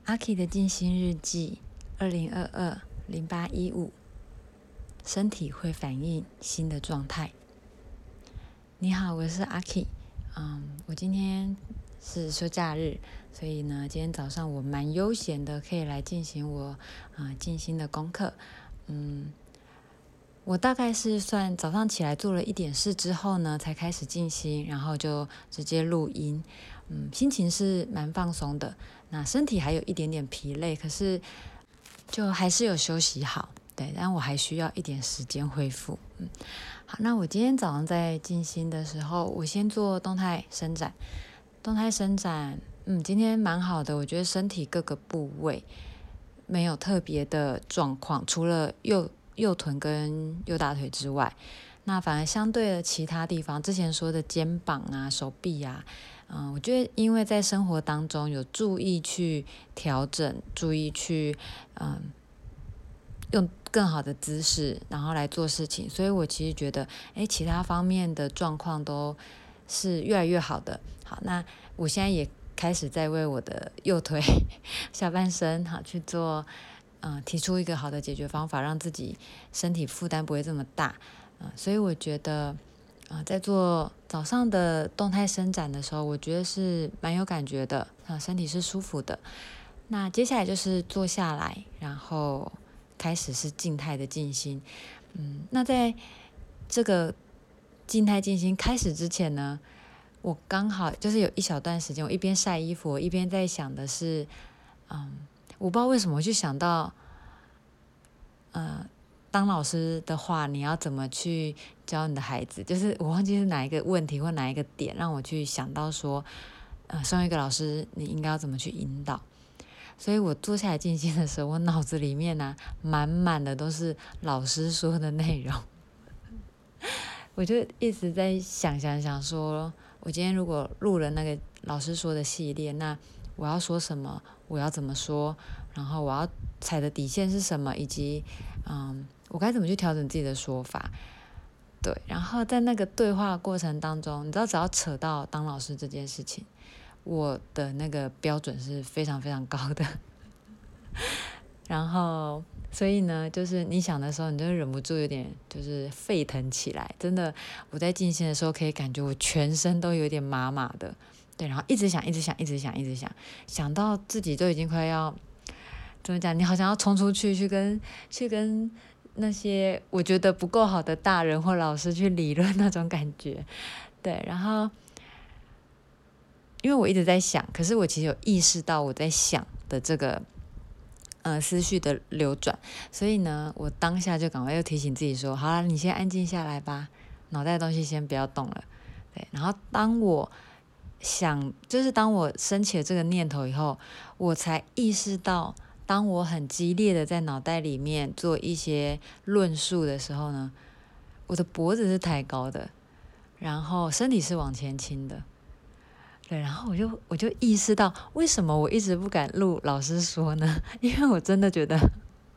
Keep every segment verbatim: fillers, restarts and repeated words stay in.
阿 K 的静心日记，二零二二零八一五，身体会反映新的状态。你好，我是阿 K。嗯，我今天是休假日，所以呢，今天早上我蛮悠闲的，可以来进行我啊静心的功课。嗯，我大概是算早上起来做了一点事之后呢，才开始静心，然后就直接录音。嗯，心情是蛮放松的，那身体还有一点点疲累，可是就还是有休息好，对，但我还需要一点时间恢复。嗯，好，那我今天早上在静心的时候，我先做动态伸展，动态伸展，嗯，今天蛮好的，我觉得身体各个部位没有特别的状况，除了右右臀跟右大腿之外，那反而相对的其他地方，之前说的肩膀啊、手臂啊，嗯，我觉得因为在生活当中有注意去调整，注意去嗯用更好的姿势，然后来做事情，所以我其实觉得，哎，其他方面的状况都是越来越好的。好，那我现在也开始在为我的右腿下半身好去做，嗯，提出一个好的解决方法，让自己身体负担不会这么大。嗯，所以我觉得，呃，在做早上的动态伸展的时候，我觉得是蛮有感觉的，啊，身体是舒服的。那接下来就是坐下来，然后开始是静态的静心。嗯，那在这个静态静心开始之前呢，我刚好就是有一小段时间，我一边晒衣服，我一边在想的是，嗯，我不知道为什么我就想到，呃。当老师的话，你要怎么去教你的孩子？就是我忘记是哪一个问题或哪一个点，让我去想到说，呃，身为一个老师，你应该要怎么去引导？所以我坐下来静心的时候，我脑子里面呢、啊，满满的都是老师说的内容，我就一直在想想想说，我今天如果录了那个老师说的系列，那我要说什么？我要怎么说？然后我要踩的底线是什么？以及，嗯。我该怎么去调整自己的说法？对，然后在那个对话过程当中，你知道，只要扯到当老师这件事情，我的那个标准是非常非常高的。然后，所以呢，就是你想的时候，你就忍不住有点就是沸腾起来。真的，我在静心的时候，可以感觉我全身都有点麻麻的。对，然后一直想，一直想，一直想，一直想，想到自己都已经快要怎么讲？你好像要冲出去，去跟去跟。那些我觉得不够好的大人或老师去理论那种感觉，对，然后因为我一直在想，可是我其实有意识到我在想的这个呃思绪的流转，所以呢，我当下就赶快又提醒自己说，好了，你先安静下来吧，脑袋的东西先不要动了，对，然后当我想，就是当我升起了这个念头以后，我才意识到。当我很激烈的在脑袋里面做一些论述的时候呢，我的脖子是抬高的，然后身体是往前倾的，对，然后我就我就意识到为什么我一直不敢录老师说呢？因为我真的觉得，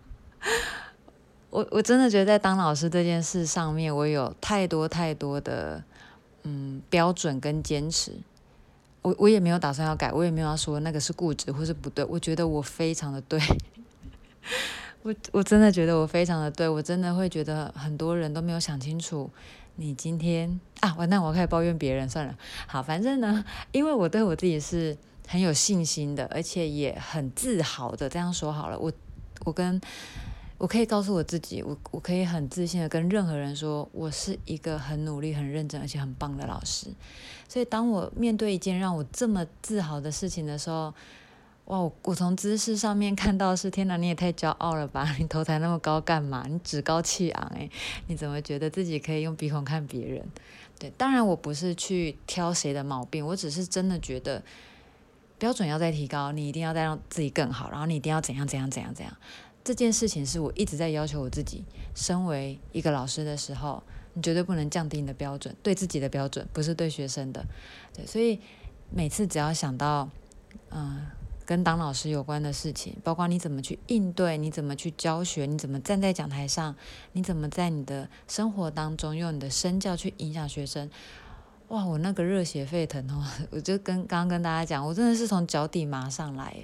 我我真的觉得在当老师这件事上面，我有太多太多的嗯标准跟坚持。我我也没有打算要改，我也没有要说那个是固执或是不对，我觉得我非常的对，我我真的觉得我非常的对，我真的会觉得很多人都没有想清楚，你今天啊，完蛋，我要开始抱怨别人算了。好，反正呢，因为我对我自己是很有信心的，而且也很自豪的，这样说好了，我我跟。我可以告诉我自己，我我可以很自信的跟任何人说，我是一个很努力、很认真而且很棒的老师。所以当我面对一件让我这么自豪的事情的时候，哇，我我从姿势上面看到是，天哪，你也太骄傲了吧？你头抬那么高干嘛？你趾高气昂诶，你怎么觉得自己可以用鼻孔看别人？对，当然我不是去挑谁的毛病，我只是真的觉得标准要再提高，你一定要再让自己更好，然后你一定要怎样怎样怎样怎样。这件事情是我一直在要求我自己，身为一个老师的时候，你绝对不能降低你的标准，对自己的标准，不是对学生的。对，所以每次只要想到，嗯、呃，跟当老师有关的事情，包括你怎么去应对，你怎么去教学，你怎么站在讲台上，你怎么在你的生活当中用你的身教去影响学生，哇，我那个热血沸腾哦！我就跟刚刚跟大家讲，我真的是从脚底麻上来耶。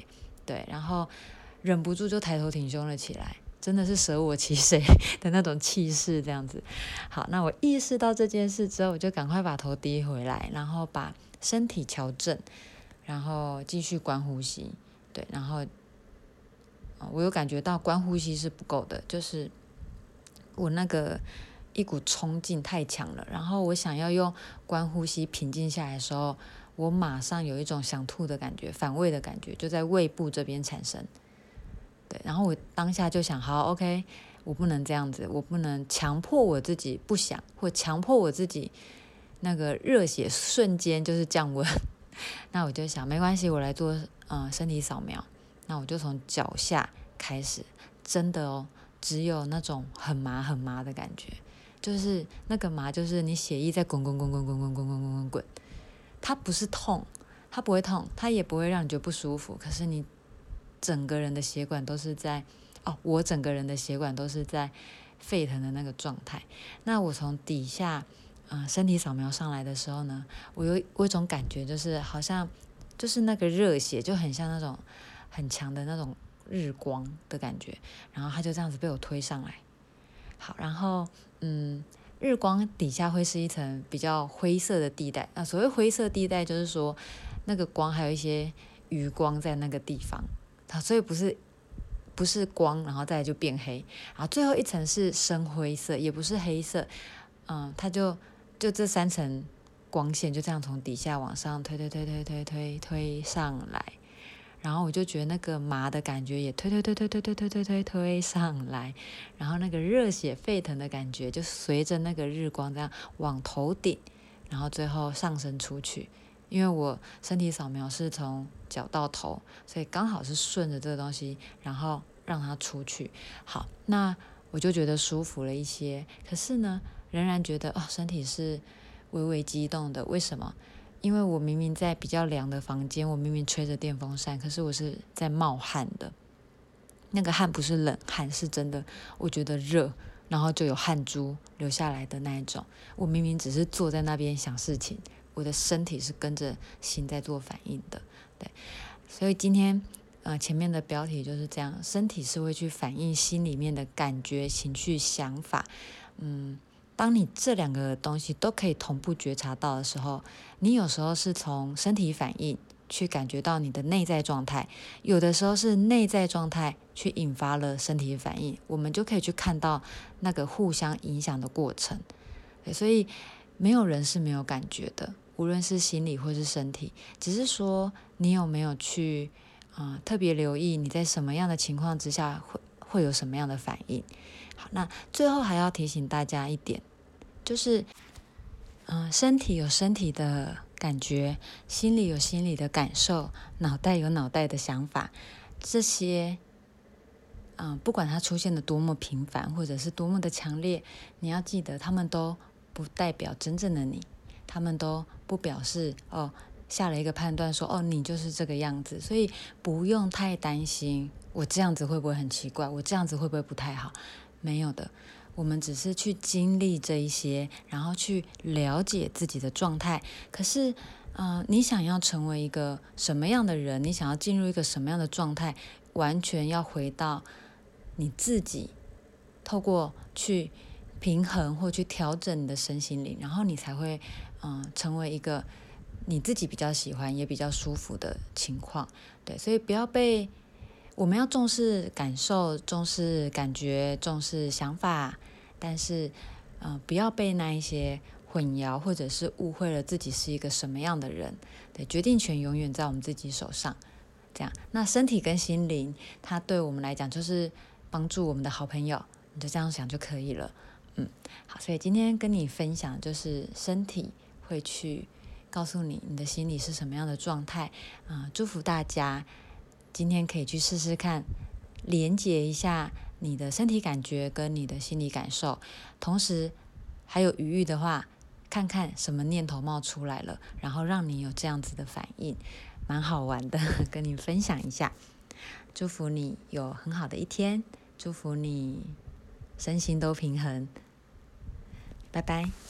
对，然后忍不住就抬头挺胸了起来，真的是舍我其谁的那种气势这样子。好，那我意识到这件事之后，我就赶快把头低回来，然后把身体调正，然后继续观呼吸。对，然后我有感觉到观呼吸是不够的，就是我那个一股冲劲太强了，然后我想要用观呼吸平静下来的时候，我马上有一种想吐的感觉，反胃的感觉就在胃部这边产生。对，然后我当下就想，好 OK， 我不能这样子，我不能强迫我自己不想，或强迫我自己那个热血瞬间就是降温。那我就想没关系，我来做呃身体扫描。那我就从脚下开始，真的哦，只有那种很麻很麻的感觉，就是那个麻，就是你血液在滚滚滚滚滚滚滚滚滚滚滚，它不是痛，它不会痛，它也不会让你觉得不舒服，可是你整个人的血管都是在哦，我整个人的血管都是在沸腾的那个状态。那我从底下呃身体扫描上来的时候呢，我有我有一种感觉，就是好像就是那个热血就很像那种很强的那种日光的感觉，然后它就这样子被我推上来。好，然后嗯，日光底下会是一层比较灰色的地带。那所谓灰色地带，就是说那个光还有一些余光在那个地方，所以不是不是光，然后再来就变黑。然后最后一层是深灰色，也不是黑色，嗯，它就就这三层光线就这样从底下往上推推推推推推推上来。然后我就觉得那个麻的感觉也推推推推推推推推推推上来，然后那个热血沸腾的感觉就随着那个日光这样往头顶，然后最后上升出去。因为我身体扫描是从脚到头，所以刚好是顺着这个东西，然后让它出去。好，那我就觉得舒服了一些。可是呢，仍然觉得哦，身体是微微激动的。为什么？因为我明明在比较凉的房间，我明明吹着电风扇，可是我是在冒汗的。那个汗不是冷汗，是真的，我觉得热，然后就有汗珠流下来的那一种。我明明只是坐在那边想事情，我的身体是跟着心在做反应的。对，所以今天呃前面的标题就是这样，身体是会去反映心里面的感觉、情绪、想法。嗯。当你这两个东西都可以同步觉察到的时候，你有时候是从身体反应去感觉到你的内在状态，有的时候是内在状态去引发了身体反应，我们就可以去看到那个互相影响的过程。所以没有人是没有感觉的，无论是心理或是身体，只是说你有没有去、呃、特别留意你在什么样的情况之下会会有什么样的反应。好，那最后还要提醒大家一点，就是，嗯、呃，身体有身体的感觉，心里有心里的感受，脑袋有脑袋的想法，这些，嗯、呃，不管它出现的多么频繁，或者是多么的强烈，你要记得，他们都不代表真正的你，他们都不表示哦，下了一个判断说哦，你就是这个样子，所以不用太担心，我这样子会不会很奇怪？我这样子会不会不太好？没有的，我们只是去经历这一些，然后去了解自己的状态。可是，呃，你想要成为一个什么样的人？你想要进入一个什么样的状态？完全要回到你自己，透过去平衡或去调整你的身心灵，然后你才会，嗯、呃，成为一个你自己比较喜欢也比较舒服的情况。对，所以不要被。我们要重视感受，重视感觉，重视想法，但是，呃，不要被那一些混淆，或者是误会了自己是一个什么样的人。对，决定权永远在我们自己手上。这样，那身体跟心灵，它对我们来讲就是帮助我们的好朋友，你就这样想就可以了。嗯，好，所以今天跟你分享，就是身体会去告诉你你的心理是什么样的状态。啊、呃，祝福大家。今天可以去试试看，连接一下你的身体感觉跟你的心理感受，同时还有余裕的话，看看什么念头冒出来了，然后让你有这样子的反应，蛮好玩的，跟你分享一下。祝福你有很好的一天，祝福你身心都平衡，拜拜。